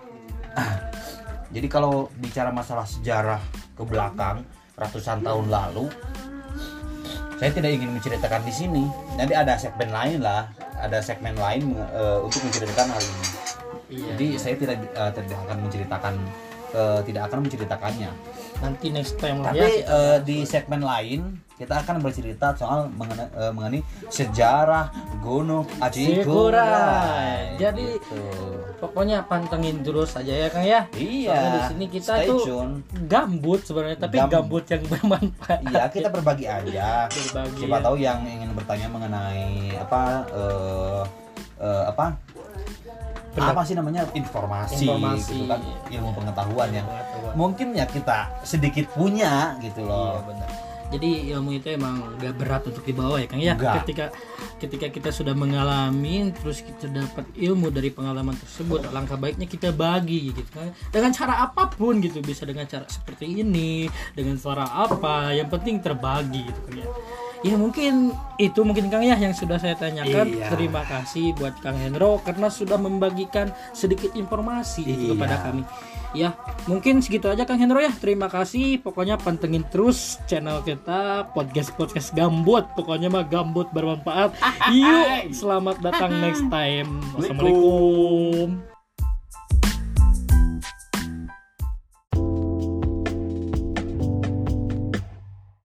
Jadi kalau bicara masalah sejarah ke belakang ratusan tahun lalu, saya tidak ingin menceritakan di sini. Nanti ada segmen lain lah, ada segmen lain uh, untuk menceritakan hal ini. Iya, Jadi iya. saya tidak uh, tidak akan menceritakan, uh, tidak akan menceritakannya. Nanti next time lah ya. Tapi uh, di segmen lain kita akan bercerita soal mengenai, uh, mengenai sejarah Gunung Cikuray. Cikuray. Jadi Gitu. pokoknya pantengin terus aja ya Kang ya. Iya. Soalnya di sini kita Stay tuh tune. gambut sebenarnya, tapi Gambut. gambut yang bermanfaat. Iya, kita berbagi aja. Berbagi, Siapa ya. tahu yang ingin bertanya mengenai apa eh eh, apa Pendak- apa sih namanya informasi, Informasi. gitu kan, ilmu pengetahuan yang Pengetahuan. mungkin ya kita sedikit punya gitu Iya loh. benar. Jadi ilmu itu emang gak berat untuk dibawa ya Kang ya. Enggak. Ketika ketika kita sudah mengalami, terus kita dapat ilmu dari pengalaman tersebut, alangkah baiknya kita bagi gitu kan. Dengan cara apapun gitu, bisa dengan cara seperti ini, dengan cara apa, yang penting terbagi gitu kan ya. Ya mungkin itu mungkin Kang ya yang sudah saya tanyakan. Iya. Terima kasih buat Kang Hendro karena sudah membagikan sedikit informasi gitu Iya. kepada kami. Ya, mungkin segitu aja Kang Hendro ya. Terima kasih. Pokoknya pantengin terus channel kita podcast-podcast gambut. Pokoknya mah gambut bermanfaat. Yuk, selamat datang next time. Wassalamualaikum.